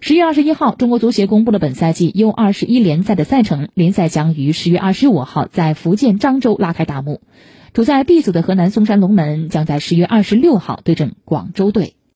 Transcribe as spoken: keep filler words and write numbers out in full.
十月二十一号，中国足协公布了本赛季 U 二十一 联赛的赛程，联赛将于十月二十五号在福建漳州拉开大幕。处在 B 组的河南嵩山龙门将在十月二十六号对阵广州队。